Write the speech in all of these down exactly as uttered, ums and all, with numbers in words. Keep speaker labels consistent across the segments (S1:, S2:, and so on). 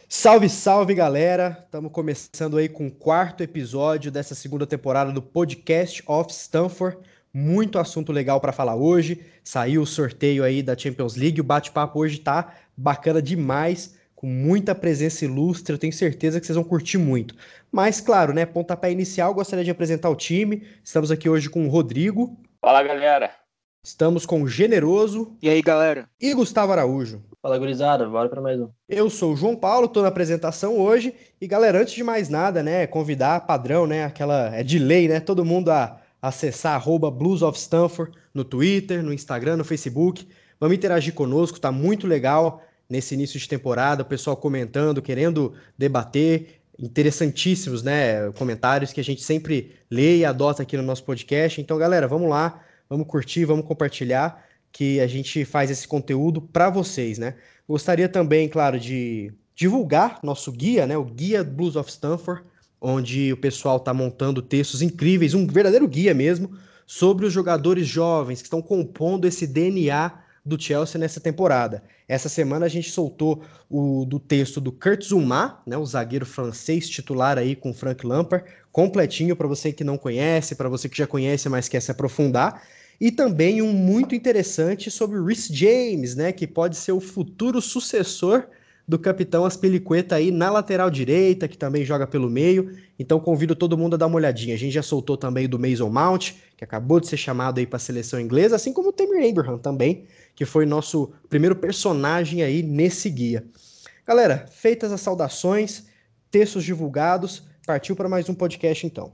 S1: Salve, salve, galera! Estamos começando aí com o quarto episódio dessa segunda temporada do Podcast of Stanford. Muito assunto legal para falar hoje. Saiu o sorteio aí da Champions League. O bate-papo hoje tá bacana demais, com muita presença ilustre. Eu tenho certeza que vocês vão curtir muito. Mas, claro, né? Pontapé inicial, gostaria de apresentar o time. Estamos aqui hoje com o Rodrigo.
S2: Fala, galera.
S1: Estamos com o Generoso.
S3: E aí, galera?
S1: E Gustavo Araújo.
S4: Fala, gurizada, bora para mais um.
S1: Eu sou o João Paulo, tô na apresentação hoje e, galera, antes de mais nada, né, convidar padrão, né, aquela, é de lei, né, todo mundo a acessar arroba Blues of Stanford no Twitter, no Instagram, no Facebook. Vamos interagir conosco, tá muito legal nesse início de temporada, o pessoal comentando, querendo debater, interessantíssimos, né, comentários que a gente sempre lê e adota aqui no nosso podcast. Então, galera, vamos lá, vamos curtir, vamos compartilhar, que a gente faz esse conteúdo para vocês, né? Gostaria também, claro, de divulgar nosso guia, né? O Guia Blues of Stanford, onde o pessoal está montando textos incríveis, um verdadeiro guia mesmo, sobre os jogadores jovens que estão compondo esse D N A do Chelsea nessa temporada. Essa semana a gente soltou o do texto do Kurt Zouma, né, o zagueiro francês titular aí com Frank Lampard, completinho para você que não conhece, para você que já conhece, mas quer se aprofundar. E também um muito interessante sobre o Reece James, né, que pode ser o futuro sucessor do capitão Azpilicueta aí na lateral direita, que também joga pelo meio. Então convido todo mundo a dar uma olhadinha. A gente já soltou também o do Mason Mount, que acabou de ser chamado aí para a seleção inglesa, assim como o Tammy Abraham também, que foi nosso primeiro personagem aí nesse guia. Galera, feitas as saudações, textos divulgados, partiu para mais um podcast então.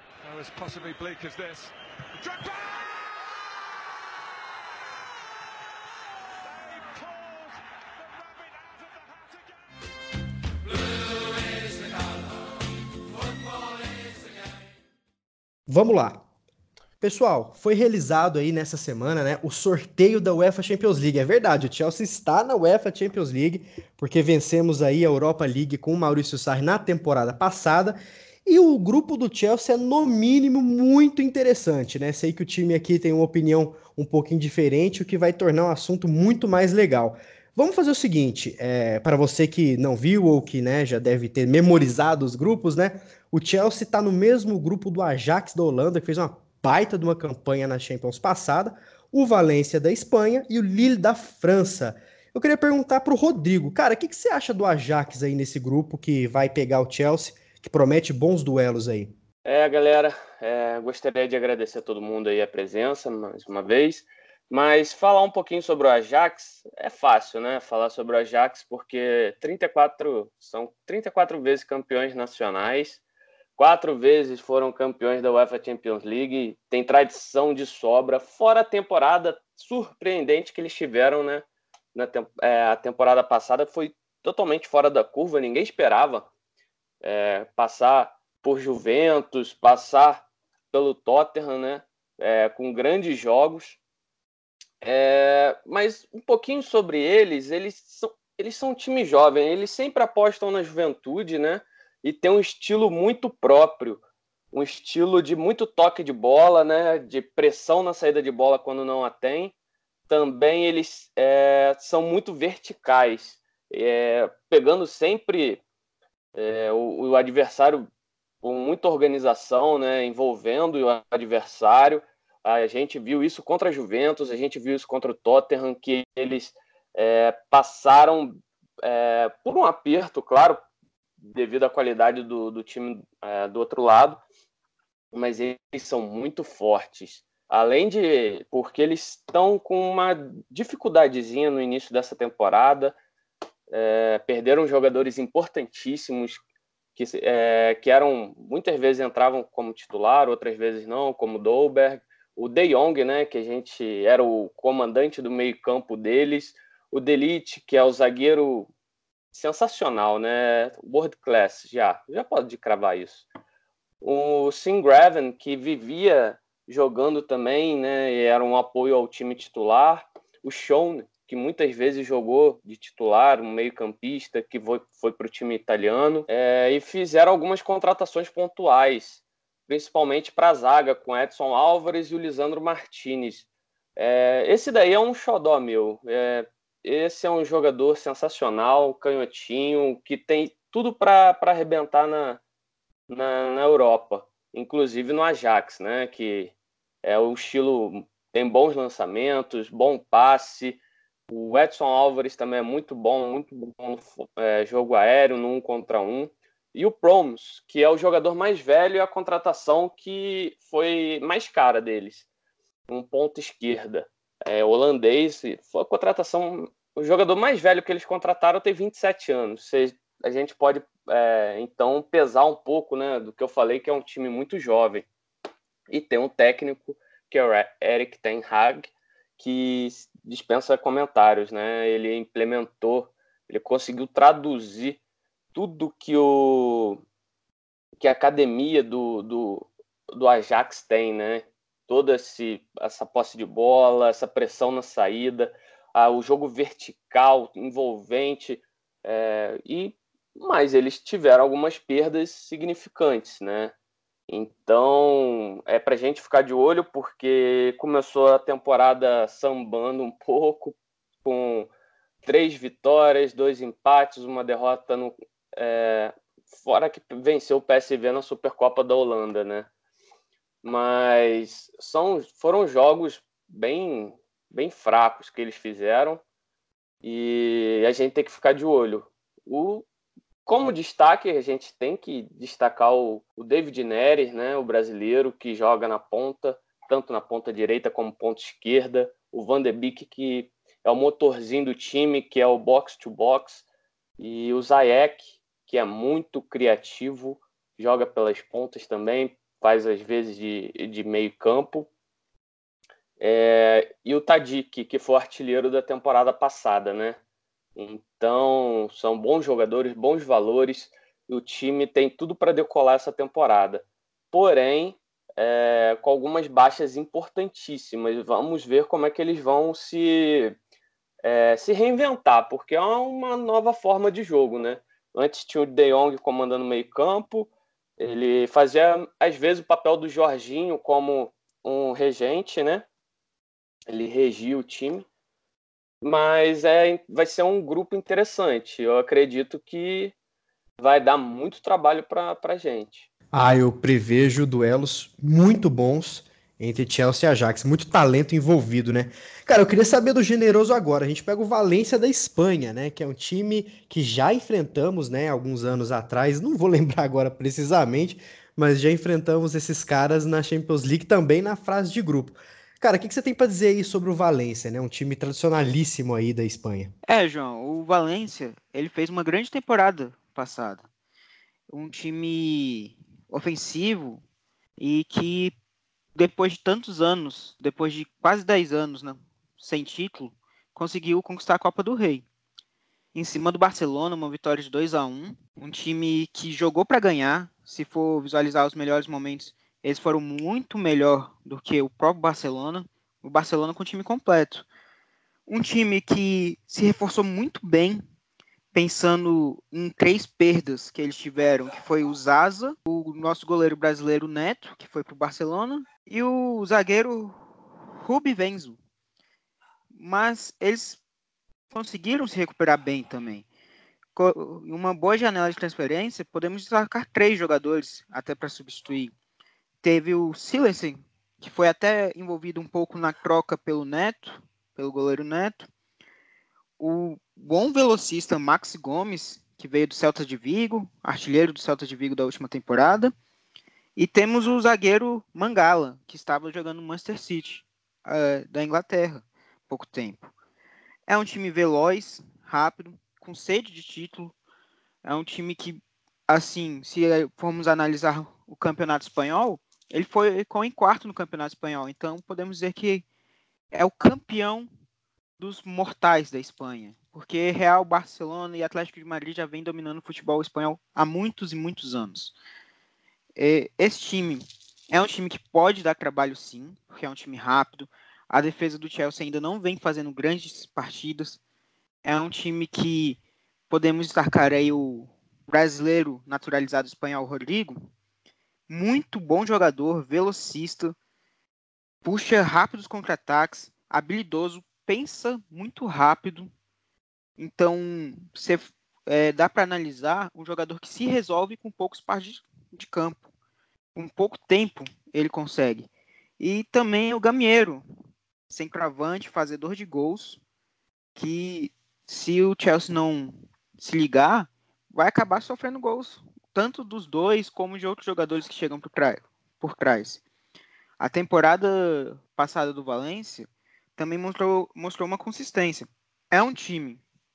S1: Vamos lá. Pessoal, foi realizado aí nessa semana, né, o sorteio da UEFA Champions League. É verdade, o Chelsea está na UEFA Champions League, porque vencemos aí a Europa League com o Maurício Sarri na temporada passada. E o grupo do Chelsea é, no mínimo, muito interessante, né? Sei que o time aqui tem uma opinião um pouquinho diferente, o que vai tornar um assunto muito mais legal. Vamos fazer o seguinte, é, para você que não viu ou que, né, já deve ter memorizado os grupos, né? O Chelsea está no mesmo grupo do Ajax da Holanda, que fez uma baita de uma campanha na Champions passada, o Valência da Espanha e o Lille da França. Eu queria perguntar para o Rodrigo, cara, o que, que você acha do Ajax aí nesse grupo que vai pegar o Chelsea, que promete bons duelos aí?
S2: É, galera, é, gostaria de agradecer a todo mundo aí a presença mais uma vez, mas falar um pouquinho sobre o Ajax é fácil, né? Falar sobre o Ajax porque trinta e quatro, são trinta e quatro vezes campeões nacionais, quatro vezes foram campeões da UEFA Champions League, tem tradição de sobra, fora a temporada surpreendente que eles tiveram, né? Na tem- é, a temporada passada foi totalmente fora da curva, ninguém esperava é, passar por Juventus, passar pelo Tottenham, né? É, com grandes jogos. É, mas um pouquinho sobre eles, eles são, eles são um time jovem, eles sempre apostam na juventude, né? E tem um estilo muito próprio, um estilo de muito toque de bola, né? De pressão na saída de bola quando não a tem. Também eles é, são muito verticais, é, pegando sempre é, o, o adversário com muita organização, né? Envolvendo o adversário. A gente viu isso contra a Juventus, a gente viu isso contra o Tottenham, que eles é, passaram é, por um aperto, claro, devido à qualidade do, do time é, do outro lado, mas eles são muito fortes. Além de... porque eles estão com uma dificuldadezinha no início dessa temporada, é, perderam jogadores importantíssimos, que, é, que eram, muitas vezes entravam como titular, outras vezes não, como Dolberg, o De Jong, né, que a gente era o comandante do meio-campo deles, o De Ligt, que é o zagueiro sensacional, né, world class, já, já pode cravar isso. O Singraven, que vivia jogando também, né, e era um apoio ao time titular, o Sean, que muitas vezes jogou de titular, um meio-campista que foi, foi para o time italiano, é, e fizeram algumas contratações pontuais, principalmente para a zaga, com Edson Álvares e o Lisandro Martinez. É, esse daí é um xodó meu. É, esse é um jogador sensacional, canhotinho, que tem tudo para arrebentar na, na, na Europa, inclusive no Ajax, né? Que é o estilo, tem bons lançamentos, bom passe. O Edson Álvares também é muito bom, muito bom no é, jogo aéreo, no um contra um. E o Promes, que é o jogador mais velho e a contratação que foi mais cara deles. Um ponto esquerda. É, holandês, foi a contratação. O jogador mais velho que eles contrataram tem vinte e sete anos. Você, a gente pode, é, então, pesar um pouco, né, do que eu falei, que é um time muito jovem. E tem um técnico, que é o Erik ten Hag, que dispensa comentários, né? Ele implementou, ele conseguiu traduzir tudo que, o, que a academia do, do, do Ajax tem, né? Toda esse, essa posse de bola, essa pressão na saída, ah, o jogo vertical, envolvente, é, e mas eles tiveram algumas perdas significantes, né? Então é para a gente ficar de olho, porque começou a temporada sambando um pouco, com três vitórias, dois empates, uma derrota no, é, fora que venceu o P S V na Supercopa da Holanda, né? Mas são, foram jogos bem, bem fracos que eles fizeram e a gente tem que ficar de olho. O, como destaque, a gente tem que destacar o, o David Neres, né, o brasileiro que joga na ponta, tanto na ponta direita como ponta esquerda. O Van de Beek, que é o motorzinho do time, que é o box-to-box. E o Ziyech, que é muito criativo, joga pelas pontas também, faz às vezes de, de meio campo. É, e o Tadic, que foi o artilheiro da temporada passada, né? Então, são bons jogadores, bons valores, e o time tem tudo para decolar essa temporada. Porém, é, com algumas baixas importantíssimas. Vamos ver como é que eles vão se, é, se reinventar, porque é uma nova forma de jogo, né? Antes tinha o De Jong comandando o meio-campo, ele fazia, às vezes, o papel do Jorginho como um regente, né? Ele regia o time. Mas é, vai ser um grupo interessante. Eu acredito que vai dar muito trabalho para a gente.
S1: Ah, eu prevejo duelos muito bons entre Chelsea e Ajax. Muito talento envolvido, né? Cara, eu queria saber do generoso agora. A gente pega o Valência da Espanha, né? Que é um time que já enfrentamos, né? Alguns anos atrás. Não vou lembrar agora precisamente, mas já enfrentamos esses caras na Champions League também na fase de grupo. Cara, o que que você tem para dizer aí sobre o Valência, né? Um time tradicionalíssimo aí da Espanha.
S3: É, João, o Valência, ele fez uma grande temporada passada. Um time ofensivo e que depois de tantos anos, depois de quase dez anos, né, sem título, conseguiu conquistar a Copa do Rei. Em cima do Barcelona, uma vitória de dois a um, um time que jogou para ganhar. Se for visualizar os melhores momentos, eles foram muito melhor do que o próprio Barcelona. O Barcelona com o time completo. Um time que se reforçou muito bem, pensando em três perdas que eles tiveram, que foi o Zaza, o nosso goleiro brasileiro Neto, que foi para o Barcelona, e o zagueiro Rubi Venzo. Mas eles conseguiram se recuperar bem também. Em uma boa janela de transferência, podemos destacar três jogadores até para substituir. Teve o Silensen, que foi até envolvido um pouco na troca pelo Neto, pelo goleiro Neto. O bom velocista Maxi Gomes, que veio do Celta de Vigo, artilheiro do Celta de Vigo da última temporada. E temos o zagueiro Mangala, que estava jogando no Manchester City, uh, da Inglaterra, há pouco tempo. É um time veloz, rápido, com sede de título. É um time que, assim, se formos analisar o campeonato espanhol, ele foi com em quarto no campeonato espanhol. Então, podemos dizer que é o campeão dos mortais da Espanha. Porque Real, Barcelona e Atlético de Madrid já vem dominando o futebol espanhol há muitos e muitos anos. Esse time é um time que pode dar trabalho, sim, porque é um time rápido. A defesa do Chelsea ainda não vem fazendo grandes partidas. É um time que podemos destacar aí o brasileiro naturalizado espanhol Rodrigo, muito bom jogador, velocista, puxa rápidos contra-ataques, habilidoso, pensa muito rápido, Então, você, é, dá para analisar um jogador que se resolve com poucos pares de, de campo. Com pouco tempo, ele consegue. E também o Gamieiro, centroavante, fazedor de gols, que se o Chelsea não se ligar, vai acabar sofrendo gols, tanto dos dois como de outros jogadores que chegam por trás. Por trás. A temporada passada do Valência também mostrou, mostrou uma consistência. É um time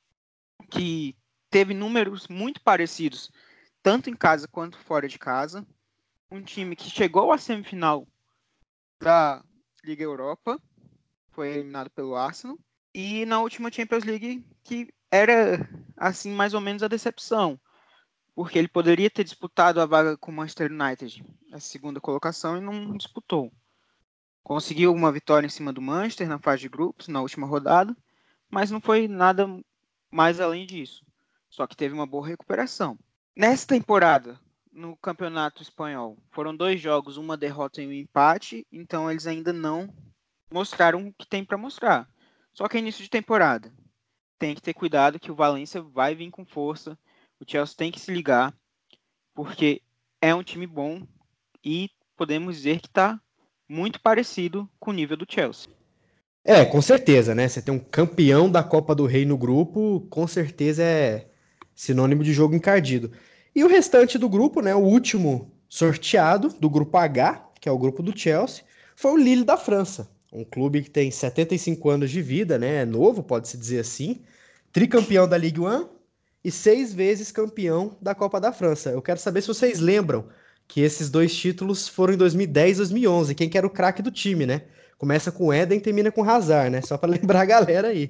S3: que teve números muito parecidos, tanto em casa quanto fora de casa. Um time que chegou à semifinal da Liga Europa, foi eliminado pelo Arsenal, e na última Champions League, que era, assim, mais ou menos a decepção, porque ele poderia ter disputado a vaga com o Manchester United, a segunda colocação, e não disputou. Conseguiu uma vitória em cima do Manchester na fase de grupos, na última rodada, mas não foi nada mais além disso. Só que teve uma boa recuperação. Nessa temporada, no Campeonato Espanhol, foram dois jogos, uma derrota e um empate, então eles ainda não mostraram o que tem para mostrar. Só que é início de temporada. Tem que ter cuidado que o Valência vai vir com força, o Chelsea tem que se ligar, porque é um time bom e podemos dizer que está muito parecido com o nível do Chelsea.
S1: É, com certeza, né? Você tem um campeão da Copa do Rei no grupo, com certeza é sinônimo de jogo encardido. E o restante do grupo, né? O último sorteado do grupo H, que é o grupo do Chelsea, foi o Lille da França. Um clube que tem setenta e cinco anos de vida, né? É novo, pode-se dizer assim. Tricampeão da Ligue um e seis vezes campeão da Copa da França. Eu quero saber se vocês lembram que esses dois títulos foram em dois mil e dez e dois mil e onze. Quem que era o craque do time, né? Começa com Eden e termina com Hazard, né? Só para lembrar a galera aí.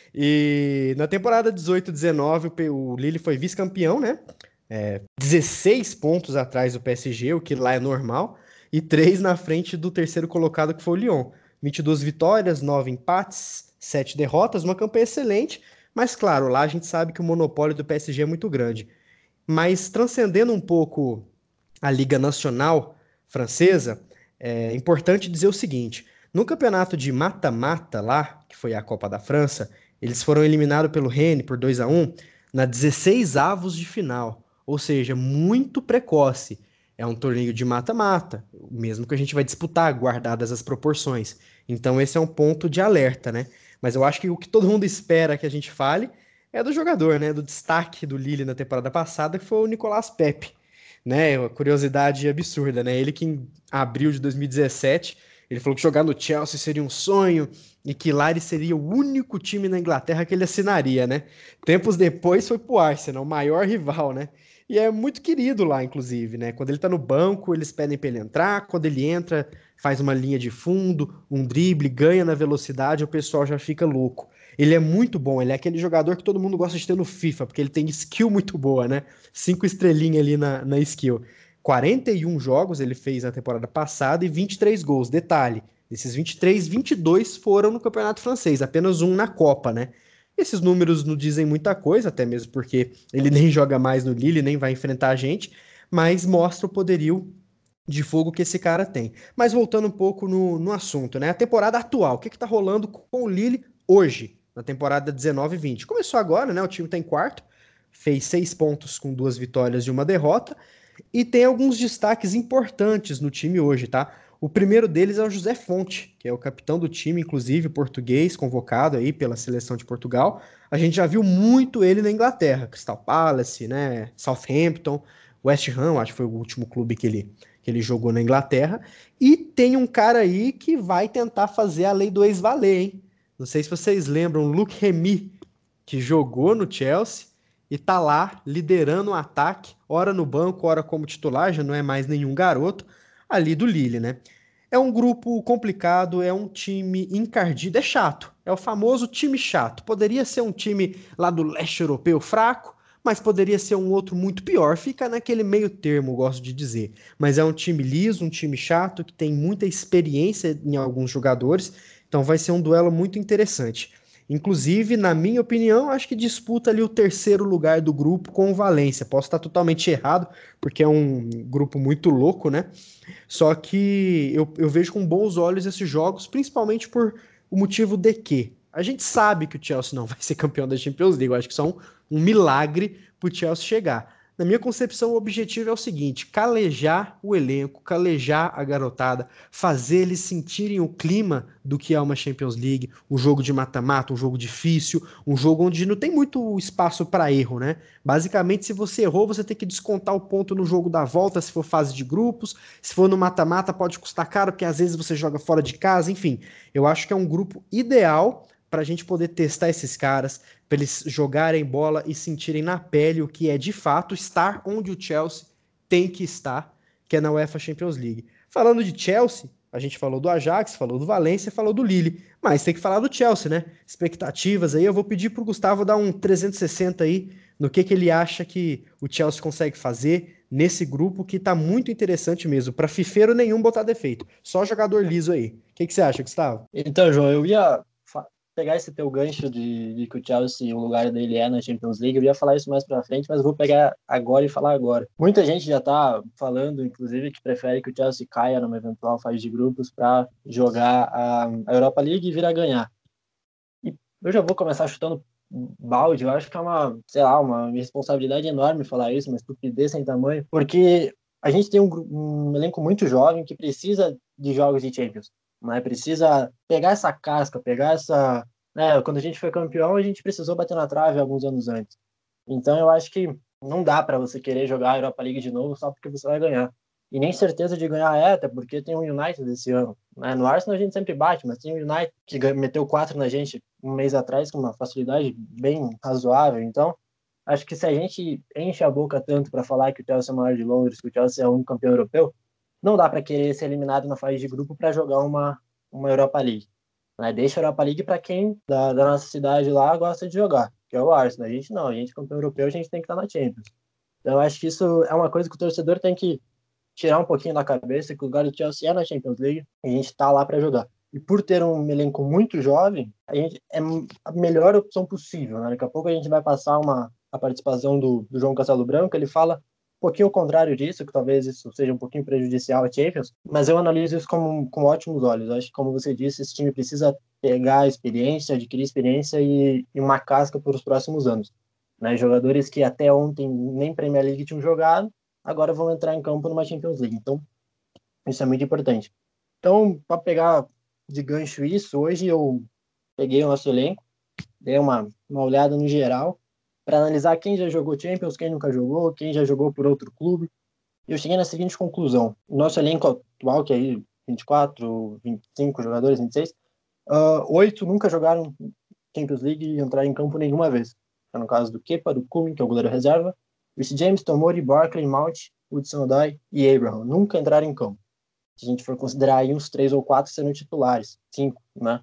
S1: E na temporada dezoito dezenove, o Lille foi vice-campeão, né? É, dezesseis pontos atrás do P S G, o que lá é normal, e três na frente do terceiro colocado, que foi o Lyon. vinte e duas vitórias, nove empates, sete derrotas, uma campanha excelente, mas claro, lá a gente sabe que o monopólio do P S G é muito grande. Mas transcendendo um pouco a Liga Nacional Francesa, é importante dizer o seguinte: no campeonato de mata-mata lá, que foi a Copa da França, eles foram eliminados pelo Rennes por dois a um na dezesseis avos de final, ou seja, muito precoce. É um torneio de mata-mata, mesmo que a gente vai disputar, guardadas as proporções. Então esse é um ponto de alerta, né? Mas eu acho que o que todo mundo espera que a gente fale é do jogador, né? Do destaque do Lille na temporada passada, que foi o Nicolas Pepe, né? Uma curiosidade absurda, né? Ele que em abril de dois mil e dezessete, ele falou que jogar no Chelsea seria um sonho e que lá ele seria o único time na Inglaterra que ele assinaria, né? Tempos depois foi pro Arsenal, o maior rival, né? E é muito querido lá, inclusive, né? Quando ele tá no banco, eles pedem pra ele entrar, quando ele entra, faz uma linha de fundo, um drible, ganha na velocidade, o pessoal já fica louco. Ele é muito bom, ele é aquele jogador que todo mundo gosta de ter no FIFA, porque ele tem skill muito boa, né? Cinco estrelinhas ali na, na skill. quarenta e um jogos ele fez na temporada passada e vinte e três gols. Detalhe, desses vinte e três, vinte e dois foram no Campeonato Francês, apenas um na Copa, né? Esses números não dizem muita coisa, até mesmo porque ele nem joga mais no Lille, nem vai enfrentar a gente, mas mostra o poderio de fogo que esse cara tem. Mas voltando um pouco no, no assunto, né? A temporada atual, o que, que tá rolando com o Lille hoje, na temporada dezenove vinte? Começou agora, né? O time tá em quarto, fez seis pontos com duas vitórias e uma derrota, e tem alguns destaques importantes no time hoje, tá? O primeiro deles é o José Fonte, que é o capitão do time, inclusive português, convocado aí pela seleção de Portugal. A gente já viu muito ele na Inglaterra, Crystal Palace, né? Southampton, West Ham, acho que foi o último clube que ele, que ele jogou na Inglaterra. E tem um cara aí que vai tentar fazer a lei do ex valer, hein? Não sei se vocês lembram, Luc Remy, que jogou no Chelsea e tá lá liderando o ataque, ora no banco, ora como titular, já não é mais nenhum garoto, ali do Lille, né? É um grupo complicado, é um time encardido, é chato, é o famoso time chato. Poderia ser um time lá do leste europeu fraco, mas poderia ser um outro muito pior, fica naquele meio termo, gosto de dizer. Mas é um time liso, um time chato, que tem muita experiência em alguns jogadores, então vai ser um duelo muito interessante. Inclusive, na minha opinião, acho que disputa ali o terceiro lugar do grupo com o Valência. Posso estar totalmente errado, porque é um grupo muito louco, né? Só que eu, eu vejo com bons olhos esses jogos, principalmente por o motivo de que A gente sabe que o Chelsea não vai ser campeão da Champions League, eu acho que isso é um, um milagre pro Chelsea chegar. Na minha concepção, o objetivo é o seguinte: calejar o elenco, calejar a garotada, fazer eles sentirem o clima do que é uma Champions League, um jogo de mata-mata, um jogo difícil, um jogo onde não tem muito espaço para erro, né? Basicamente, se você errou, você tem que descontar o ponto no jogo da volta, se for fase de grupos, se for no mata-mata pode custar caro, porque às vezes você joga fora de casa, enfim. Eu acho que é um grupo ideal para a gente poder testar esses caras, para eles jogarem bola e sentirem na pele o que é de fato estar onde o Chelsea tem que estar, que é na UEFA Champions League. Falando de Chelsea, a gente falou do Ajax, falou do Valência, falou do Lille, mas tem que falar do Chelsea, né? Expectativas aí, eu vou pedir pro Gustavo dar um trezentos e sessenta aí no que, que ele acha que o Chelsea consegue fazer nesse grupo, que tá muito interessante mesmo, para fifeiro nenhum botar defeito, só jogador liso aí. O que, que você acha, Gustavo?
S4: Então, João, eu ia pegar esse teu gancho de, de que o Chelsea, o lugar dele é na Champions League, eu ia falar isso mais pra frente, mas eu vou pegar agora e falar agora. Muita gente já tá falando, inclusive, que prefere que o Chelsea caia numa eventual fase de grupos para jogar a, a Europa League e vir a ganhar. E eu já vou começar chutando balde, eu acho que é uma, sei lá, uma responsabilidade enorme falar isso, uma estupidez sem tamanho, porque a gente tem um, um elenco muito jovem que precisa de jogos de Champions. Né? Precisa pegar essa casca, pegar essa... Né? Quando a gente foi campeão, a gente precisou bater na trave alguns anos antes. Então, eu acho que não dá para você querer jogar a Europa League de novo só porque você vai ganhar. E nem certeza de ganhar é, até porque tem o United esse ano. Né? No Arsenal a gente sempre bate, mas tem o United que meteu quatro na gente um mês atrás com uma facilidade bem razoável. Então, acho que se a gente enche a boca tanto para falar que o Chelsea é o maior de Londres, que o Chelsea é um campeão europeu, não dá para querer ser eliminado na fase de grupo para jogar uma, uma Europa League. Né? Deixa a Europa League para quem da, da nossa cidade lá gosta de jogar, que é o Arsenal. A gente não, a gente campeão europeu, a gente tem que estar na Champions. Então, eu acho que isso é uma coisa que o torcedor tem que tirar um pouquinho da cabeça, que o lugar do Chelsea é na Champions League, e a gente está lá para jogar. E por ter um elenco muito jovem, a gente é a melhor opção possível. Né? Daqui a pouco a gente vai passar uma, a participação do, do João Castelo Branco, ele fala um pouquinho o contrário disso, que talvez isso seja um pouquinho prejudicial à Champions, mas eu analiso isso com, com ótimos olhos. Acho que, como você disse, esse time precisa pegar experiência, adquirir experiência e, e uma casca para os próximos anos. Né? Jogadores que até ontem nem Premier League tinham jogado, agora vão entrar em campo numa Champions League. Então, isso é muito importante. Então, para pegar de gancho isso, hoje eu peguei o nosso elenco, dei uma, uma olhada no geral, para analisar quem já jogou Champions, quem nunca jogou, quem já jogou por outro clube. E eu cheguei na seguinte conclusão. O nosso elenco atual, que é aí vinte e quatro, vinte e cinco jogadores, vinte e seis, oito uh, nunca jogaram Champions League e entraram em campo nenhuma vez. É no caso do Kepa, do Koeman, que é o goleiro reserva, Reece James, Tomori, Barkley, Mount, Hudson-Odoi e Abraham. Nunca entraram em campo. Se a gente for considerar aí uns três ou quatro sendo titulares, cinco, né?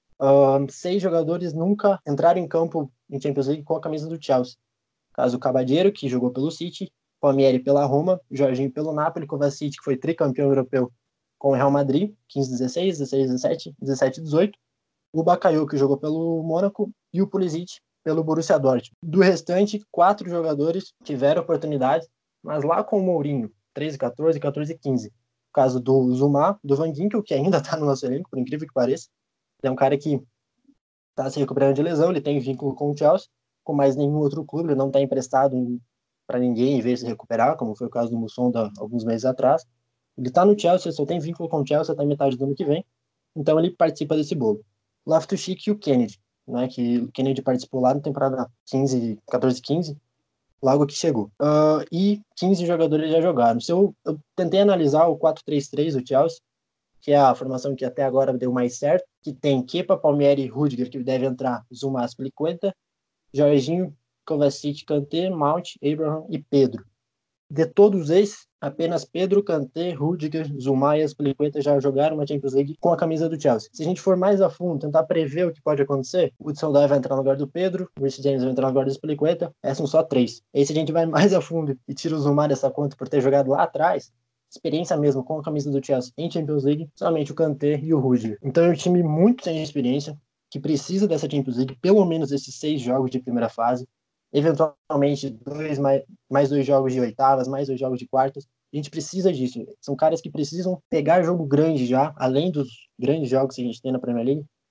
S4: Uh, seis jogadores nunca entraram em campo em Champions League com a camisa do Chelsea. Caso o Cavadiero, que jogou pelo City, Palmieri pela Roma, Jorginho pelo Napoli, Kovacic, que foi tricampeão europeu com o Real Madrid, quinze dezesseis, dezesseis dezessete, dezessete dezoito, o Bakayoko, que jogou pelo Mônaco, e o Pulisic pelo Borussia Dortmund. Do restante, quatro jogadores tiveram oportunidades, mas lá com o Mourinho, treze, quatorze, quatorze e quinze. O caso do Zuma, do Van Ginkel, que ainda está no nosso elenco, por incrível que pareça. É um cara que está se recuperando de lesão, ele tem vínculo com o Chelsea, com mais nenhum outro clube, ele não está emprestado para ninguém em vez de se recuperar, como foi o caso do Mussonda alguns meses atrás. Ele está no Chelsea, só tem vínculo com o Chelsea até metade do ano que vem, então ele participa desse bolo. O Loftus-Cheek e o Kennedy, né, que o Kennedy participou lá na temporada quinze, quatorze, quinze, logo que chegou. Uh, e quinze jogadores já jogaram. Se eu, eu tentei analisar o quatro três três do Chelsea, que é a formação que até agora deu mais certo, que tem Kepa, Palmieri e Rudiger, que deve entrar, Zuma, Aspilicueta, Jorginho, Kovacic, Kanté, Mount, Abraham e Pedro. De todos esses, apenas Pedro, Kanté, Rudiger, Zuma e Aspilicueta já jogaram uma Champions League com a camisa do Chelsea. Se a gente for mais a fundo, tentar prever o que pode acontecer, o Hudson-Odoi vai entrar no lugar do Pedro, o Reece James vai entrar no lugar do Aspilicueta, essas são só três. E aí, se a gente vai mais a fundo e tira o Zuma dessa conta por ter jogado lá atrás, experiência mesmo com a camisa do Chelsea em Champions League, somente o Kanté e o Rudiger. Então é um time muito sem experiência, que precisa dessa Champions League, pelo menos esses seis jogos de primeira fase, eventualmente dois, mais, mais dois jogos de oitavas, mais dois jogos de quartas. A gente precisa disso. São caras que precisam pegar jogo grande já, além dos grandes jogos que a gente tem na Premier League,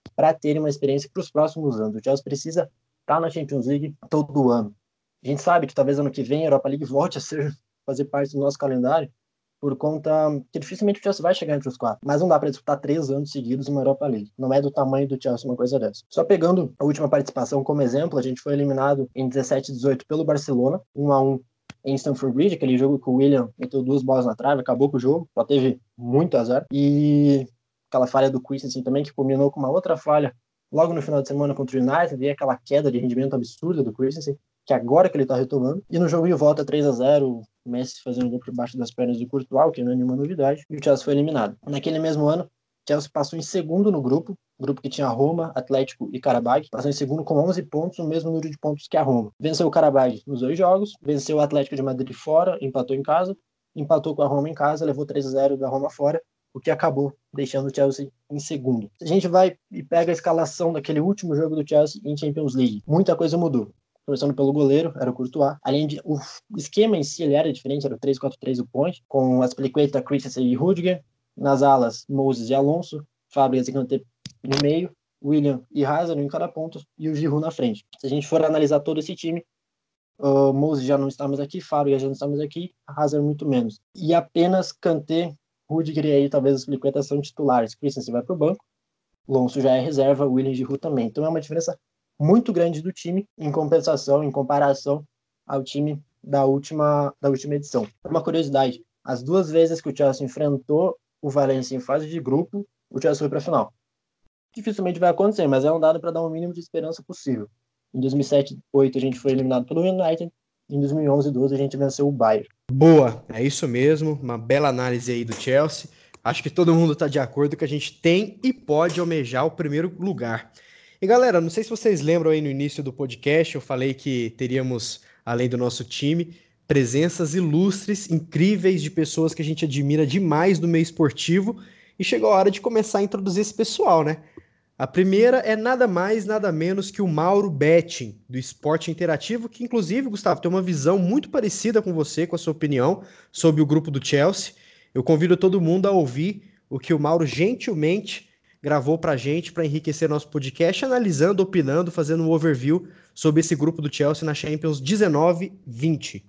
S4: para terem uma experiência para os próximos anos. O Chelsea precisa estar na Champions League todo ano. A gente sabe que talvez ano que vem a Europa League volte a ser, fazer parte do nosso calendário, por conta que dificilmente o Chelsea vai chegar entre os quatro. Mas não dá para disputar três anos seguidos uma Europa League. Não é do tamanho do Chelsea uma coisa dessa. Só pegando a última participação como exemplo, a gente foi eliminado em dezessete dezoito pelo Barcelona, um a um em Stamford Bridge, aquele jogo que o Willian meteu duas bolas na trave, acabou com o jogo, só teve muito azar. E aquela falha do Christensen também, que culminou com uma outra falha logo no final de semana contra o United, e aquela queda de rendimento absurda do Christensen, que agora que ele tá retomando. E no jogo de volta três a zero, o Messi fazendo gol por baixo das pernas do Courtois, que não é nenhuma novidade, e o Chelsea foi eliminado. Naquele mesmo ano, o Chelsea passou em segundo no grupo, grupo que tinha Roma, Atlético e Qarabağ, passou em segundo com onze pontos, o mesmo número de pontos que a Roma. Venceu o Qarabağ nos dois jogos, venceu o Atlético de Madrid fora, empatou em casa, empatou com a Roma em casa, levou três a zero da Roma fora, o que acabou deixando o Chelsea em segundo. A gente vai e pega a escalação daquele último jogo do Chelsea em Champions League. Muita coisa mudou. Começando pelo goleiro, era o Courtois. Além de, o esquema em si ele era diferente, era o três quatro três o point, com Azpilicueta, Christensen e Rudiger. Nas alas, Moses e Alonso. Fábricas e Kanté no meio. Willian e Hazard em cada ponto. E o Giroud na frente. Se a gente for analisar todo esse time, o Moses já não está mais aqui, Fábricas já não está mais aqui, Hazard muito menos. E apenas Kanté, Rudiger e aí talvez os Azpilicueta são titulares. Christensen vai para o banco. Alonso já é reserva, Willian e Giroud também. Então é uma diferença muito grande do time, em compensação, em comparação ao time da última, da última edição. Uma curiosidade, as duas vezes que o Chelsea enfrentou o Valencia em fase de grupo, o Chelsea foi para a final. Dificilmente vai acontecer, mas é um dado para dar um mínimo de esperança possível. Em dois mil e sete, dois mil e oito a gente foi eliminado pelo United, em dois mil e onze e doze a gente venceu o Bayern.
S1: Boa, é isso mesmo, uma bela análise aí do Chelsea. Acho que todo mundo está de acordo que a gente tem e pode almejar o primeiro lugar. E galera, não sei se vocês lembram aí no início do podcast, eu falei que teríamos, além do nosso time, presenças ilustres, incríveis de pessoas que a gente admira demais do meio esportivo, e chegou a hora de começar a introduzir esse pessoal, né? A primeira é nada mais, nada menos que o Mauro Betting, do Esporte Interativo, que inclusive, Gustavo, tem uma visão muito parecida com você, com a sua opinião sobre o grupo do Chelsea. Eu convido todo mundo a ouvir o que o Mauro gentilmente gravou pra gente, para enriquecer nosso podcast, analisando, opinando, fazendo um overview sobre esse grupo do Chelsea na Champions dezenove vinte.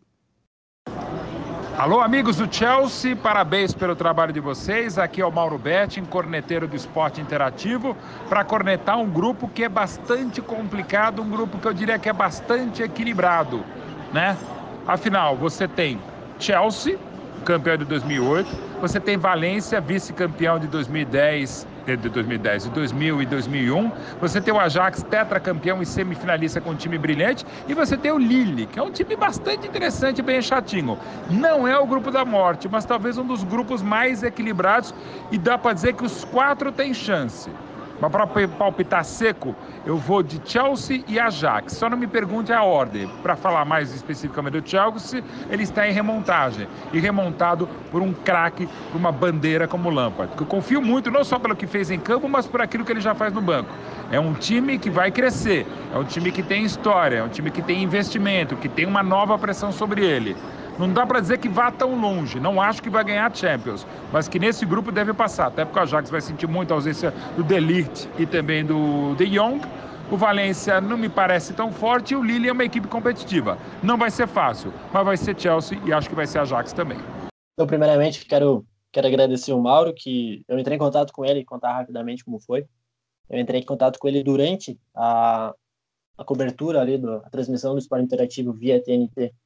S5: Alô, amigos do Chelsea, parabéns pelo trabalho de vocês. Aqui é o Mauro Betting, corneteiro do Esporte Interativo, para cornetar um grupo que é bastante complicado, um grupo que eu diria que é bastante equilibrado, né? Afinal, você tem Chelsea, campeão de dois mil e oito, você tem Valência, vice-campeão de dois mil e dez, de dois mil e dez, de dois mil e dois mil e um, você tem o Ajax, tetracampeão e semifinalista com um time brilhante, e você tem o Lille, que é um time bastante interessante e bem chatinho. Não é o grupo da morte, mas talvez um dos grupos mais equilibrados, e dá para dizer que os quatro têm chance. Mas para palpitar seco, eu vou de Chelsea e Ajax. Só não me pergunte a ordem. Para falar mais especificamente do Chelsea, ele está em remontagem. E remontado por um craque, por uma bandeira como o Lampard. Que eu confio muito, não só pelo que fez em campo, mas por aquilo que ele já faz no banco. É um time que vai crescer. É um time que tem história. É um time que tem investimento, que tem uma nova pressão sobre ele. Não dá para dizer que vá tão longe, não acho que vai ganhar a Champions, mas que nesse grupo deve passar, até porque o Ajax vai sentir muito a ausência do De Ligt e também do De Jong. O Valência não me parece tão forte e o Lille é uma equipe competitiva. Não vai ser fácil, mas vai ser Chelsea e acho que vai ser Ajax também.
S4: Então, primeiramente, quero, quero agradecer o Mauro, que eu entrei em contato com ele e contar rapidamente como foi. Eu entrei em contato com ele durante a, a cobertura ali, do, a transmissão do Esporte Interativo via T N T,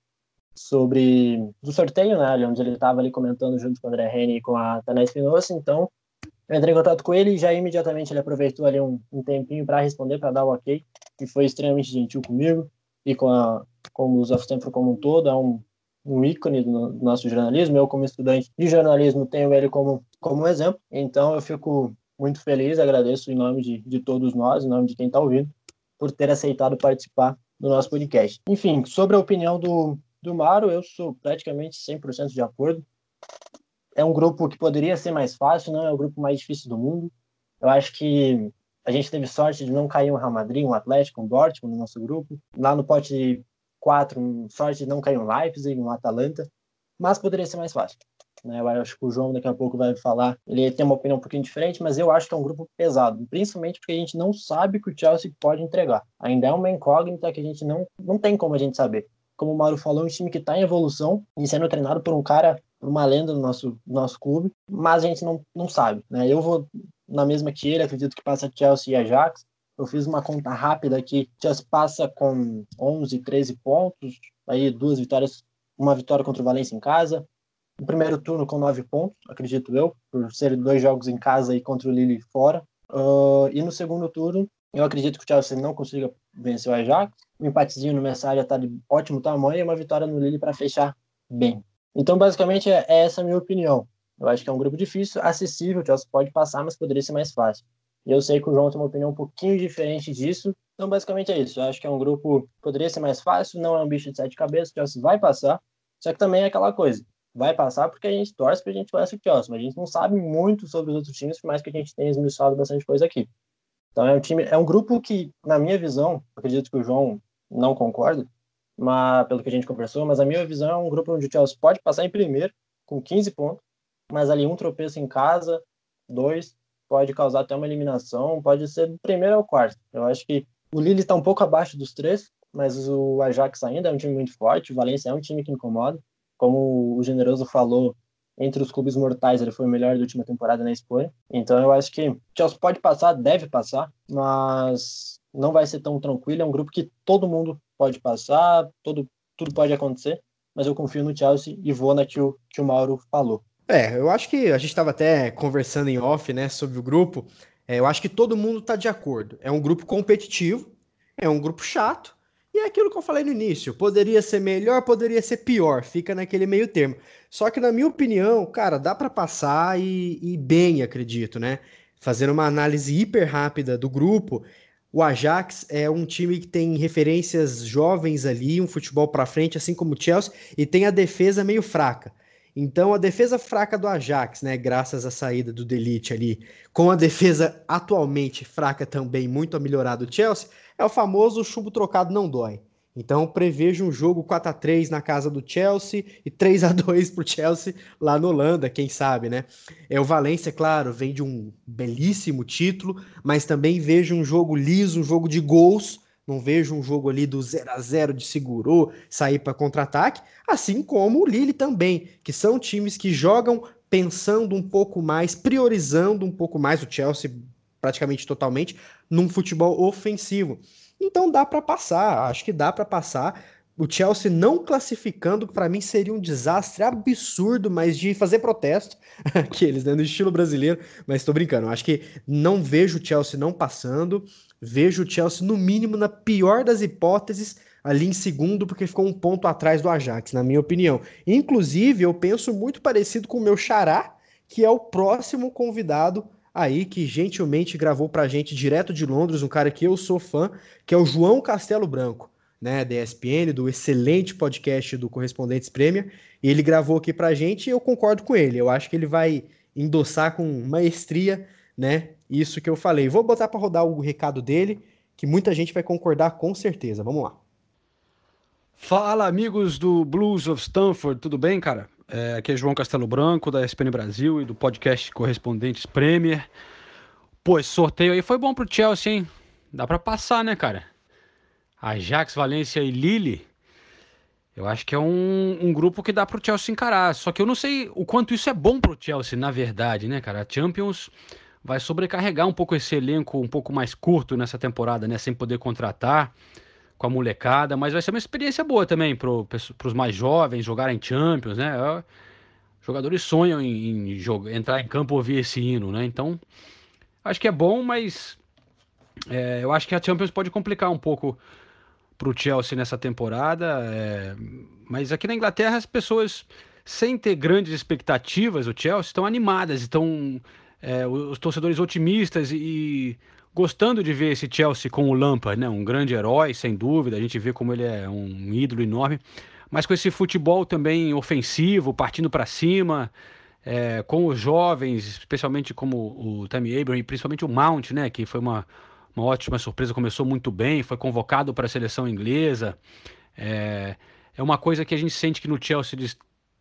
S4: sobre do sorteio, né, onde ele estava ali comentando junto com o André Reni e com a Tana Espinosa. Então eu entrei em contato com ele e já imediatamente ele aproveitou ali um, um tempinho para responder, para dar o ok, que foi extremamente gentil comigo e com, a, com o Blues of Stamford como um todo. É um, um ícone do, do nosso jornalismo. Eu, como estudante de jornalismo, tenho ele como, como exemplo. Então eu fico muito feliz, agradeço em nome de, de todos nós, em nome de quem está ouvindo, por ter aceitado participar do nosso podcast. Enfim, sobre a opinião do Do Mauro, eu sou praticamente cem por cento de acordo. É um grupo que poderia ser mais fácil, não é o grupo mais difícil do mundo. Eu acho que a gente teve sorte de não cair um Real Madrid, um Atlético, um Dortmund no nosso grupo. Lá no pote quatro, sorte de não cair um Leipzig, um Atalanta. Mas poderia ser mais fácil. né? Eu acho que o João daqui a pouco vai falar, ele tem uma opinião um pouquinho diferente, mas eu acho que é um grupo pesado, principalmente porque a gente não sabe o que o Chelsea pode entregar. Ainda é uma incógnita que a gente não, não tem como a gente saber. Como o Mauro falou, é um time que está em evolução e sendo treinado por um cara, por uma lenda do nosso, nosso clube, mas a gente não, não sabe, né? Eu vou na mesma que ele, acredito que passa Chelsea e Ajax. Eu fiz uma conta rápida aqui, Chelsea passa com onze, treze pontos, aí duas vitórias, uma vitória contra o Valencia em casa, no primeiro turno com nove pontos, acredito eu, por serem dois jogos em casa e contra o Lille fora. Uh, e no segundo turno, eu acredito que o Chelsea não consiga vencer o Ajax. Um empatezinho no Messagem está de ótimo tamanho e uma vitória no Lille para fechar bem. Então, basicamente, é essa a minha opinião. Eu acho que é um grupo difícil, acessível, o Chelsea pode passar, mas poderia ser mais fácil. E eu sei que o João tem uma opinião um pouquinho diferente disso. Então, basicamente, é isso. Eu acho que é um grupo que poderia ser mais fácil, não é um bicho de sete cabeças, o Chelsea vai passar. Só que também é aquela coisa. Vai passar porque a gente torce, porque a gente conhece o Chelsea, mas a gente não sabe muito sobre os outros times, por mais que a gente tenha esmiuçado bastante coisa aqui. Então é um time, é um grupo que, na minha visão, acredito que o João não concorda, mas, pelo que a gente conversou, mas a minha visão é um grupo onde o Chelsea pode passar em primeiro, com quinze pontos, mas ali um tropeço em casa, dois, pode causar até uma eliminação, pode ser do primeiro ao quarto. Eu acho que o Lille está um pouco abaixo dos três, mas o Ajax ainda é um time muito forte, o Valencia é um time que incomoda. Como o Generoso falou, entre os clubes mortais, ele foi o melhor da última temporada na Espanha. Então eu acho que o Chelsea pode passar, deve passar, mas não vai ser tão tranquilo. É um grupo que todo mundo pode passar, todo, tudo pode acontecer, mas eu confio no Chelsea e vou na que o, que o Mauro falou.
S1: É, eu acho que a gente estava até conversando em off, né, sobre o grupo. É, eu acho que todo mundo está de acordo. É um grupo competitivo, é um grupo chato, e é aquilo que eu falei no início. Poderia ser melhor, poderia ser pior. Fica naquele meio termo. Só que, na minha opinião, cara, dá para passar e, e bem, acredito, né? Fazendo uma análise hiper rápida do grupo, o Ajax é um time que tem referências jovens ali, um futebol para frente, assim como o Chelsea, e tem a defesa meio fraca. Então, a defesa fraca do Ajax, né, graças à saída do De Ligt ali, com a defesa atualmente fraca também, muito a melhorar do Chelsea, é o famoso chumbo trocado não dói. Então, prevejo um jogo quatro a três na casa do Chelsea e três a dois pro Chelsea lá na Holanda, quem sabe, né? É, o Valencia, claro, vem de um belíssimo título, mas também vejo um jogo liso, um jogo de gols. Não vejo um jogo ali do zero a zero de segurou, sair para contra-ataque, assim como o Lille também, que são times que jogam pensando um pouco mais, priorizando um pouco mais o Chelsea, praticamente totalmente, num futebol ofensivo. Então dá para passar, acho que dá para passar. O Chelsea não classificando, para mim, seria um desastre absurdo, mas de fazer protesto, aqueles, né, no estilo brasileiro, mas tô brincando, acho que não vejo o Chelsea não passando, vejo o Chelsea, no mínimo, na pior das hipóteses, ali em segundo, porque ficou um ponto atrás do Ajax, na minha opinião. Inclusive, eu penso muito parecido com o meu xará, que é o próximo convidado aí, que gentilmente gravou pra gente direto de Londres, um cara que eu sou fã, que é o João Castelo Branco, né, da E S P N, do excelente podcast do Correspondentes Premier, e ele gravou aqui pra gente e eu concordo com ele. Eu acho que ele vai endossar com maestria, né, isso que eu falei. Vou botar para rodar o recado dele, que muita gente vai concordar com certeza. Vamos lá.
S6: Fala, amigos do Blues of Stamford, tudo bem, cara? É, aqui é João Castelo Branco, da E S P N Brasil e do podcast Correspondentes Premier. Pô, esse sorteio aí foi bom pro Chelsea, hein? Dá pra passar, né, cara? Ajax, Valência e Lille, eu acho que é um, um grupo que dá pro Chelsea encarar. Só que eu não sei o quanto isso é bom pro Chelsea, na verdade, né, cara? A Champions vai sobrecarregar um pouco esse elenco um pouco mais curto nessa temporada, né? Sem poder contratar com a molecada, mas vai ser uma experiência boa também pro, pros mais jovens jogarem Champions, né? Os jogadores sonham em, em jogar, entrar em campo e ouvir esse hino, né? Então, acho que é bom, mas é, eu acho que a Champions pode complicar um pouco pro Chelsea nessa temporada, é, mas aqui na Inglaterra as pessoas, sem ter grandes expectativas, o Chelsea, estão animadas, estão é, os torcedores otimistas e gostando de ver esse Chelsea com o Lampard, né? Um grande herói, sem dúvida, a gente vê como ele é um ídolo enorme, mas com esse futebol também ofensivo, partindo para cima, é, com os jovens, especialmente como o Tammy Abraham e principalmente o Mount, né? Que foi uma Uma ótima surpresa, começou muito bem, foi convocado para a seleção inglesa. É, é uma coisa que a gente sente que no Chelsea eles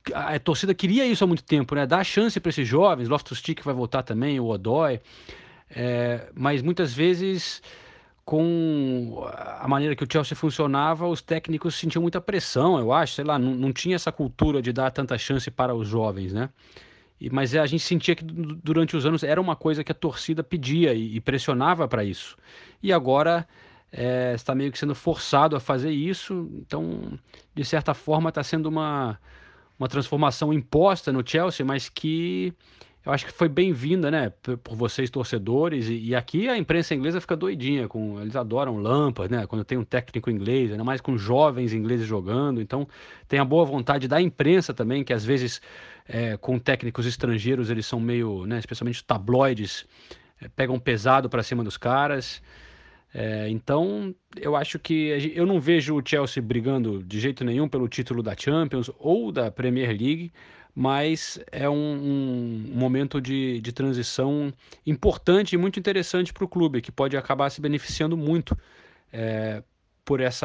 S6: a, a torcida queria isso há muito tempo, né? Dar chance para esses jovens, Loftus-Cheek vai voltar também, o Odoi, é, mas muitas vezes com a maneira que o Chelsea funcionava, os técnicos sentiam muita pressão, eu acho, sei lá, não, não tinha essa cultura de dar tanta chance para os jovens, né? E, mas a gente sentia que durante os anos era uma coisa que a torcida pedia e, e pressionava para isso. E agora é, está meio que sendo forçado a fazer isso, então, de certa forma, está sendo uma, uma transformação imposta no Chelsea, mas que eu acho que foi bem-vinda, né, por, por vocês torcedores, e, e aqui a imprensa inglesa fica doidinha, com, eles adoram Lampard, né, quando tem um técnico inglês, ainda mais com jovens ingleses jogando, então tem a boa vontade da imprensa também, que às vezes é, com técnicos estrangeiros eles são meio, né, especialmente os tabloides, é, pegam pesado para cima dos caras. É, então, eu acho que eu não vejo o Chelsea brigando de jeito nenhum pelo título da Champions ou da Premier League, mas é um, um momento de, de transição importante e muito interessante para o clube, que pode acabar se beneficiando muito é, por essa,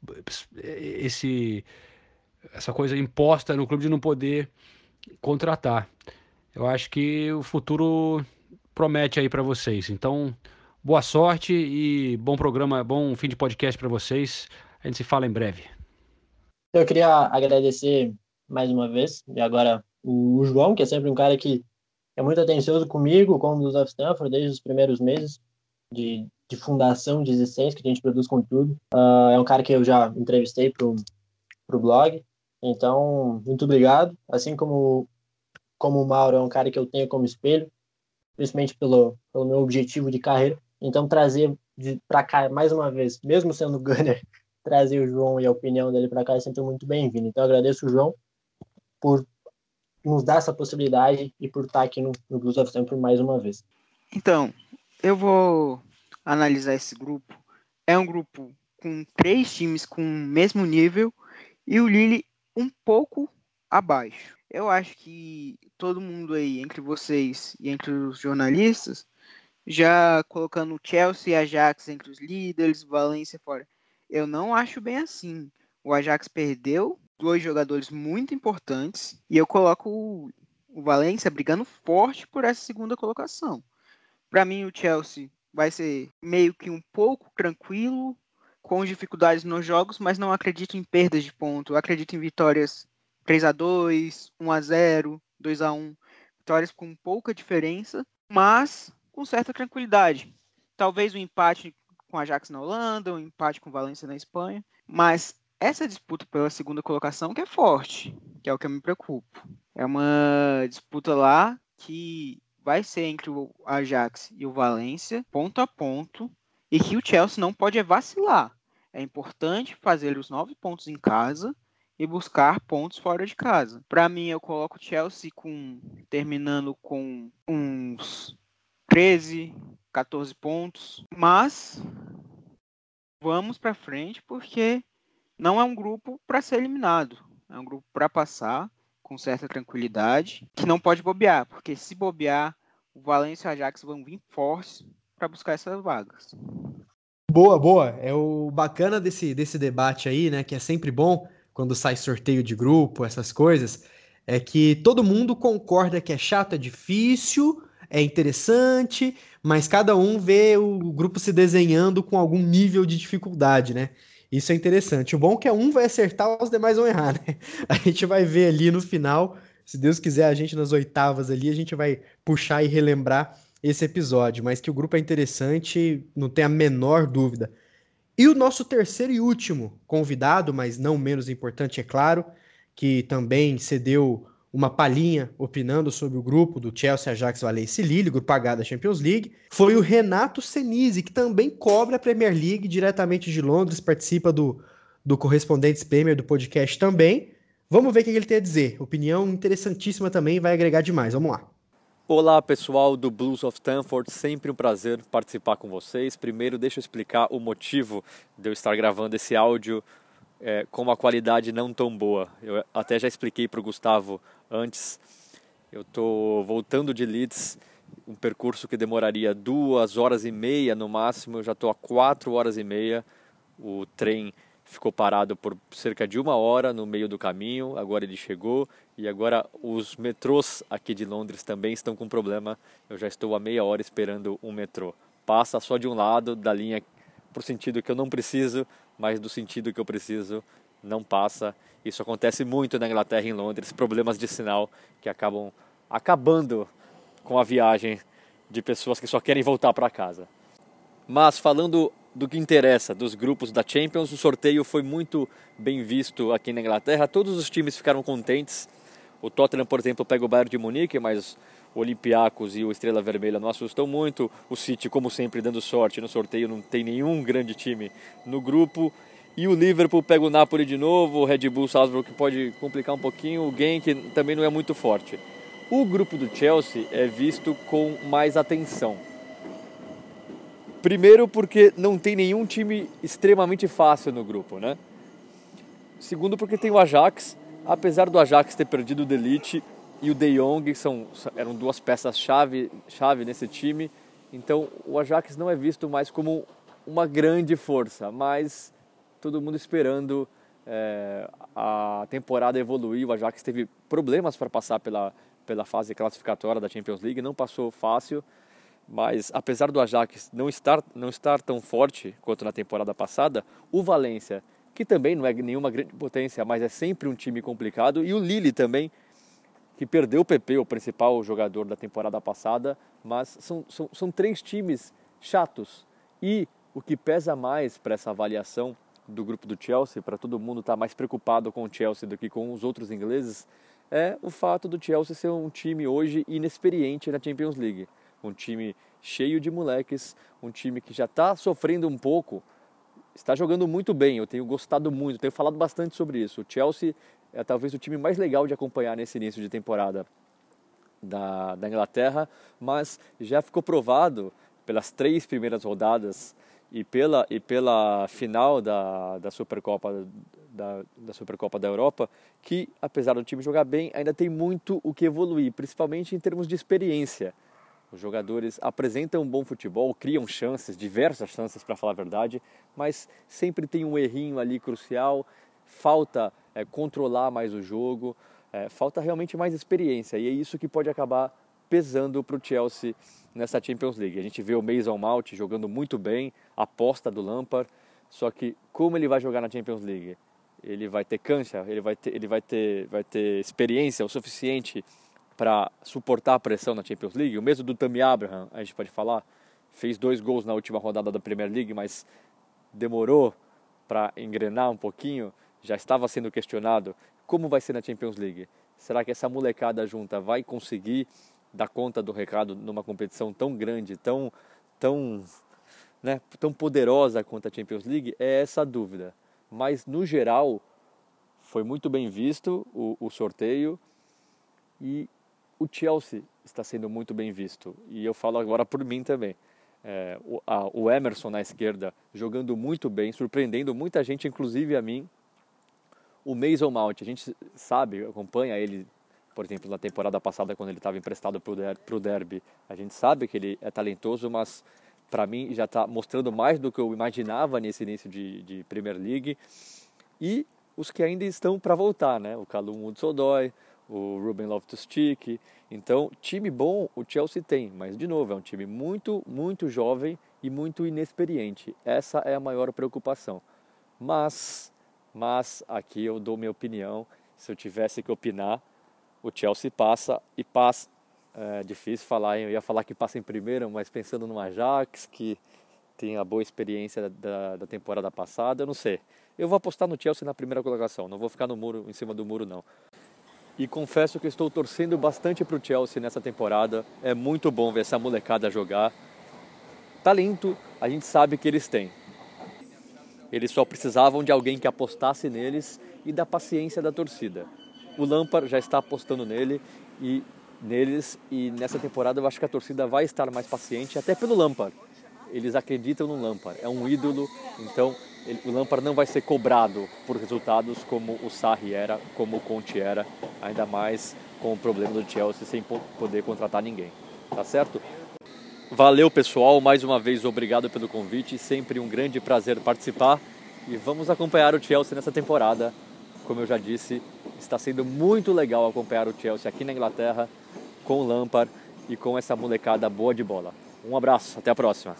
S6: esse, essa coisa imposta no clube de não poder contratar. Eu acho que o futuro promete aí para vocês. Então, boa sorte e bom programa, bom fim de podcast para vocês. A gente se fala em breve.
S4: Eu queria agradecer mais uma vez, e agora o João, que é sempre um cara que é muito atencioso comigo, com o Blues of Stamford, desde os primeiros meses de, de fundação, de existência, que a gente produz conteúdo. Uh, é um cara que eu já entrevistei pro, pro blog, então, muito obrigado. Assim como, como o Mauro é um cara que eu tenho como espelho, principalmente pelo, pelo meu objetivo de carreira. Então, trazer para cá, mais uma vez, mesmo sendo gunner, trazer o João e a opinião dele para cá é sempre muito bem-vindo. Então, agradeço o João por nos dar essa possibilidade e por estar aqui no, no Blues of Stamford mais uma vez.
S3: Então, eu vou analisar esse grupo. É um grupo com três times com o mesmo nível e o Lille um pouco abaixo. Eu acho que todo mundo aí, entre vocês e entre os jornalistas, já colocando o Chelsea e Ajax entre os líderes, Valência fora. Eu não acho bem assim. O Ajax perdeu dois jogadores muito importantes e eu coloco o, o Valência brigando forte por essa segunda colocação. Para mim, o Chelsea vai ser meio que um pouco tranquilo, com dificuldades nos jogos, mas não acredito em perdas de ponto. Eu acredito em vitórias três a dois, um a zero, dois a um. Vitórias com pouca diferença, mas com certa tranquilidade. Talvez um empate com a Ajax na Holanda, um empate com o Valência na Espanha, mas essa disputa pela segunda colocação que é forte, que é o que eu me preocupo. É uma disputa lá que vai ser entre o Ajax e o Valência, ponto a ponto, e que o Chelsea não pode vacilar. É importante fazer os nove pontos em casa e buscar pontos fora de casa. Para mim, eu coloco o Chelsea com, terminando com uns treze, quatorze pontos, mas vamos para frente porque não é um grupo para ser eliminado, é um grupo para passar com certa tranquilidade, que não pode bobear, porque se bobear, o Valência e o Ajax vão vir fortes para buscar essas vagas.
S1: Boa, boa. É o bacana desse, desse debate aí, né, que é sempre bom quando sai sorteio de grupo, essas coisas, é que todo mundo concorda que é chato, é difícil, é interessante, mas cada um vê o grupo se desenhando com algum nível de dificuldade, né? Isso é interessante. O bom é que um vai acertar, os demais vão errar, né? A gente vai ver ali no final, se Deus quiser, a gente nas oitavas ali, a gente vai puxar e relembrar esse episódio, mas que o grupo é interessante, não tem a menor dúvida. E o nosso terceiro e último convidado, mas não menos importante, é claro, que também cedeu uma palhinha opinando sobre o grupo do Chelsea, Ajax, Valência e Lille, grupo H da Champions League, foi o Renato Senise, que também cobre a Premier League diretamente de Londres, participa do, do Correspondentes Premier, do podcast também. Vamos ver o que ele tem a dizer. Opinião interessantíssima também, vai agregar demais. Vamos lá.
S7: Olá pessoal do Blues of Stamford, sempre um prazer participar com vocês. Primeiro deixa eu explicar o motivo de eu estar gravando esse áudio é, com uma qualidade não tão boa. Eu até já expliquei para o Gustavo antes, eu estou voltando de Leeds, um percurso que demoraria duas horas e meia no máximo, eu já estou há quatro horas e meia, o trem ficou parado por cerca de uma hora no meio do caminho, agora ele chegou e agora os metrôs aqui de Londres também estão com problema. Eu já estou há meia hora esperando um metrô. Passa só de um lado da linha para o sentido que eu não preciso, mas do sentido que eu preciso não passa. Isso acontece muito na Inglaterra e em Londres, problemas de sinal que acabam acabando com a viagem de pessoas que só querem voltar para casa. Mas falando do que interessa, dos grupos da Champions, o sorteio foi muito bem visto aqui na Inglaterra. Todos os times ficaram contentes. O Tottenham, por exemplo, pega o Bayern de Munique, mas o Olympiacos e o Estrela Vermelha não assustam muito. O City, como sempre, dando sorte no sorteio, não tem nenhum grande time no grupo. E o Liverpool pega o Napoli de novo, o Red Bull Salzburg que pode complicar um pouquinho, o Genk também não é muito forte. O grupo do Chelsea é visto com mais atenção. Primeiro porque não tem nenhum time extremamente fácil no grupo, né? Segundo porque tem o Ajax, apesar do Ajax ter perdido o De Ligt e o De Jong, que são, eram duas peças-chave chave nesse time, então o Ajax não é visto mais como uma grande força, mas todo mundo esperando é, a temporada evoluir. O Ajax teve problemas para passar pela, pela fase classificatória da Champions League, não passou fácil. Mas apesar do Ajax não estar, não estar tão forte quanto na temporada passada, o Valência, que também não é nenhuma grande potência, mas é sempre um time complicado, e o Lille também, que perdeu o P P, o principal jogador da temporada passada, mas são, são, são três times chatos. E o que pesa mais para essa avaliação do grupo do Chelsea, para todo mundo estar mais preocupado com o Chelsea do que com os outros ingleses, é o fato do Chelsea ser um time hoje inexperiente na Champions League. Um time cheio de moleques, um time que já está sofrendo um pouco, está jogando muito bem, eu tenho gostado muito, tenho falado bastante sobre isso. O Chelsea é talvez o time mais legal de acompanhar nesse início de temporada da, da Inglaterra, mas já ficou provado pelas três primeiras rodadas e pela, e pela final da, da, Supercopa, da, da Supercopa da Europa, que apesar do time jogar bem, ainda tem muito o que evoluir, principalmente em termos de experiência. Os jogadores apresentam um bom futebol, criam chances, diversas chances para falar a verdade, mas sempre tem um errinho ali crucial, falta é, controlar mais o jogo, é, falta realmente mais experiência, e é isso que pode acabar pesando para o Chelsea nessa Champions League. A gente vê o Mason Mount jogando muito bem, aposta do Lampard, só que como ele vai jogar na Champions League? Ele vai ter cancha, ele vai ter, ele vai ter, vai ter experiência o suficiente para suportar a pressão na Champions League. O mesmo do Tammy Abraham, a gente pode falar, fez dois gols na última rodada da Premier League, mas demorou para engrenar um pouquinho, já estava sendo questionado. Como vai ser na Champions League? Será que essa molecada junta vai conseguir dar conta do recado numa competição tão grande, tão, tão, né, tão poderosa quanto a Champions League? É essa a dúvida. Mas, no geral, foi muito bem visto o, o sorteio e o Chelsea está sendo muito bem visto, e eu falo agora por mim também. É, o, a, o Emerson na esquerda jogando muito bem, surpreendendo muita gente, inclusive a mim. O Mason Mount, a gente sabe, acompanha ele, por exemplo, na temporada passada, quando ele estava emprestado para o der, Derby, a gente sabe que ele é talentoso, mas para mim já está mostrando mais do que eu imaginava nesse início de, de Premier League. E os que ainda estão para voltar, né? O Callum Hudson-Odoi, o Ruben Loftus-Cheek. Então, time bom o Chelsea tem, mas de novo, é um time muito, muito jovem e muito inexperiente. Essa é a maior preocupação. Mas, mas aqui eu dou minha opinião. Se eu tivesse que opinar, o Chelsea passa e passa. É difícil falar, hein? Eu ia falar que passa em primeiro, mas pensando no Ajax, que tem a boa experiência da, da temporada passada, eu não sei. Eu vou apostar no Chelsea na primeira colocação, não vou ficar no muro, em cima do muro, não. E confesso que estou torcendo bastante para o Chelsea nessa temporada. É muito bom ver essa molecada jogar. Talento, a gente sabe que eles têm. Eles só precisavam de alguém que apostasse neles e da paciência da torcida. O Lampard já está apostando nele e neles, e nessa temporada eu acho que a torcida vai estar mais paciente, até pelo Lampard. Eles acreditam no Lampard, é um ídolo, então ele, o Lampard não vai ser cobrado por resultados como o Sarri era, como o Conte era, ainda mais com o problema do Chelsea sem poder contratar ninguém, tá certo? Valeu, pessoal, mais uma vez obrigado pelo convite, sempre um grande prazer participar e vamos acompanhar o Chelsea nessa temporada. Como eu já disse, está sendo muito legal acompanhar o Chelsea aqui na Inglaterra, com o Lampard e com essa molecada boa de bola. Um abraço, até a próxima.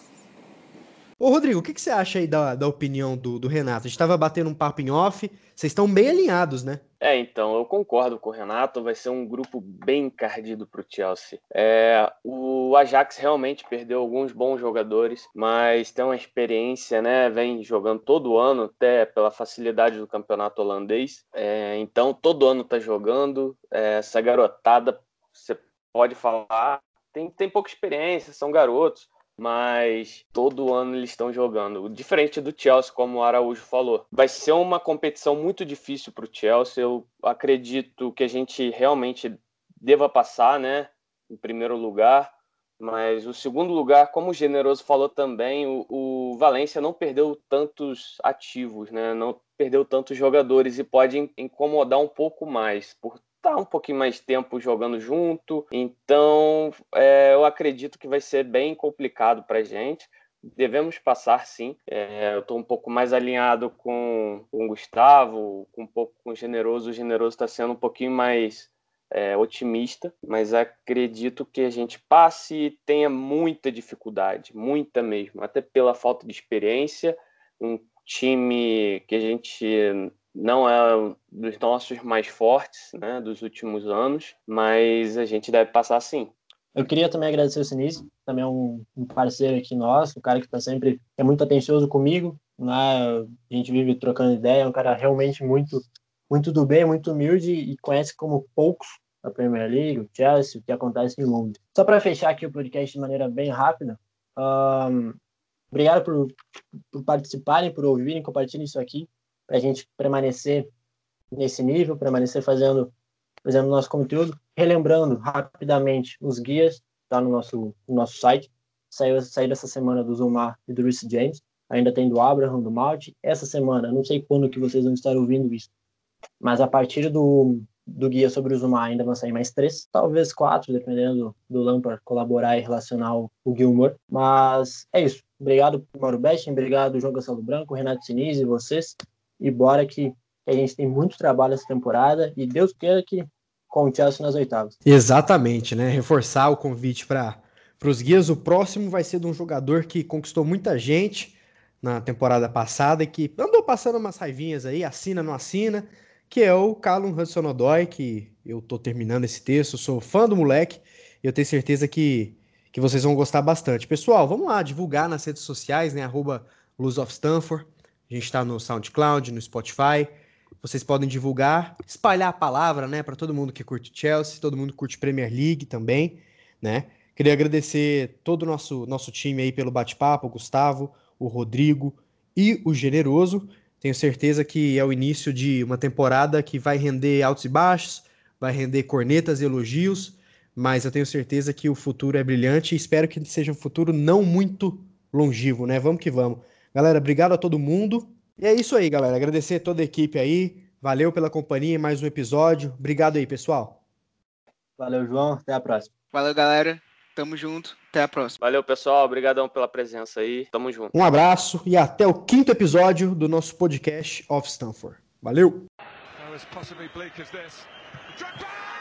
S1: Ô Rodrigo, o que, que você acha aí da, da opinião do, do Renato? A gente estava batendo um papo em off, vocês estão bem alinhados, né?
S2: É, então, eu concordo com o Renato, vai ser um grupo bem encardido para o Chelsea. É, o Ajax realmente perdeu alguns bons jogadores, mas tem uma experiência, né? Vem jogando todo ano, até pela facilidade do campeonato holandês. É, então, todo ano tá jogando. É, essa garotada, você pode falar, tem, tem pouca experiência, são garotos, mas todo ano eles estão jogando. Diferente do Chelsea, como o Araújo falou. Vai ser uma competição muito difícil para o Chelsea. Eu acredito que a gente realmente deva passar, né, em primeiro lugar. Mas o segundo lugar, como o Generoso falou também, o, o Valência não perdeu tantos ativos, né, não perdeu tantos jogadores e pode incomodar um pouco mais, por tá um pouquinho mais tempo jogando junto, então é, eu acredito que vai ser bem complicado para a gente. Devemos passar, sim. É, eu estou um pouco mais alinhado com, com o Gustavo, com um pouco com o Generoso. O Generoso está sendo um pouquinho mais é, otimista, mas acredito que a gente passe e tenha muita dificuldade, muita mesmo, até pela falta de experiência. Um time que a gente não é dos nossos mais fortes, né, dos últimos anos, mas a gente deve passar sim.
S4: Eu queria também agradecer o Sinise, também é um, um parceiro aqui nosso, um cara que está sempre, é muito atencioso comigo, né? A gente vive trocando ideia, é um cara realmente muito, muito do bem, muito humilde e conhece como poucos a Premier League, o Chelsea, o que acontece em Londres. Só para fechar aqui o podcast de maneira bem rápida, um, obrigado por, por participarem, por ouvirem, compartilhem isso aqui, para a gente permanecer nesse nível, permanecer fazendo, fazendo nosso conteúdo. Relembrando rapidamente os guias, tá no nosso, no nosso site. Saiu, saiu essa semana do Zumar e do Reece James. Ainda tem do Abraham, do Mount. Essa semana, não sei quando que vocês vão estar ouvindo isso, mas a partir do, do guia sobre o Zumar ainda vão sair mais três, talvez quatro, dependendo do, do Lampard colaborar e relacionar o, o Gilmour. Mas é isso. Obrigado, Mauro Betting. Obrigado, João Castelo Branco, Renato Sinise e vocês. E bora que, que a gente tem muito trabalho essa temporada e Deus queira que com o Chelsea nas oitavas.
S1: Exatamente, né? Reforçar o convite para os guias. O próximo vai ser de um jogador que conquistou muita gente na temporada passada e que andou passando umas raivinhas aí, assina, não assina, que é o Callum Hudson-Odoi, que eu tô terminando esse texto, sou fã do moleque e eu tenho certeza que, que vocês vão gostar bastante. Pessoal, vamos lá, divulgar nas redes sociais, né? Arroba Blues of Stamford. A gente está no SoundCloud, no Spotify. Vocês podem divulgar, espalhar a palavra, né, para todo mundo que curte Chelsea, todo mundo que curte Premier League também, né? Queria agradecer todo o nosso, nosso time aí pelo bate-papo, o Gustavo, o Rodrigo e o Generoso. Tenho certeza que é o início de uma temporada que vai render altos e baixos, vai render cornetas e elogios, mas eu tenho certeza que o futuro é brilhante e espero que seja um futuro não muito longevo, né? Vamos que vamos. Galera, obrigado a todo mundo. E é isso aí, galera. Agradecer a toda a equipe aí. Valeu pela companhia em mais um episódio. Obrigado aí, pessoal.
S4: Valeu, João. Até a próxima.
S3: Valeu, galera. Tamo junto. Até a próxima.
S2: Valeu, pessoal. Obrigadão pela presença aí. Tamo junto.
S1: Um abraço e até o quinto episódio do nosso podcast Off Stamford. Valeu!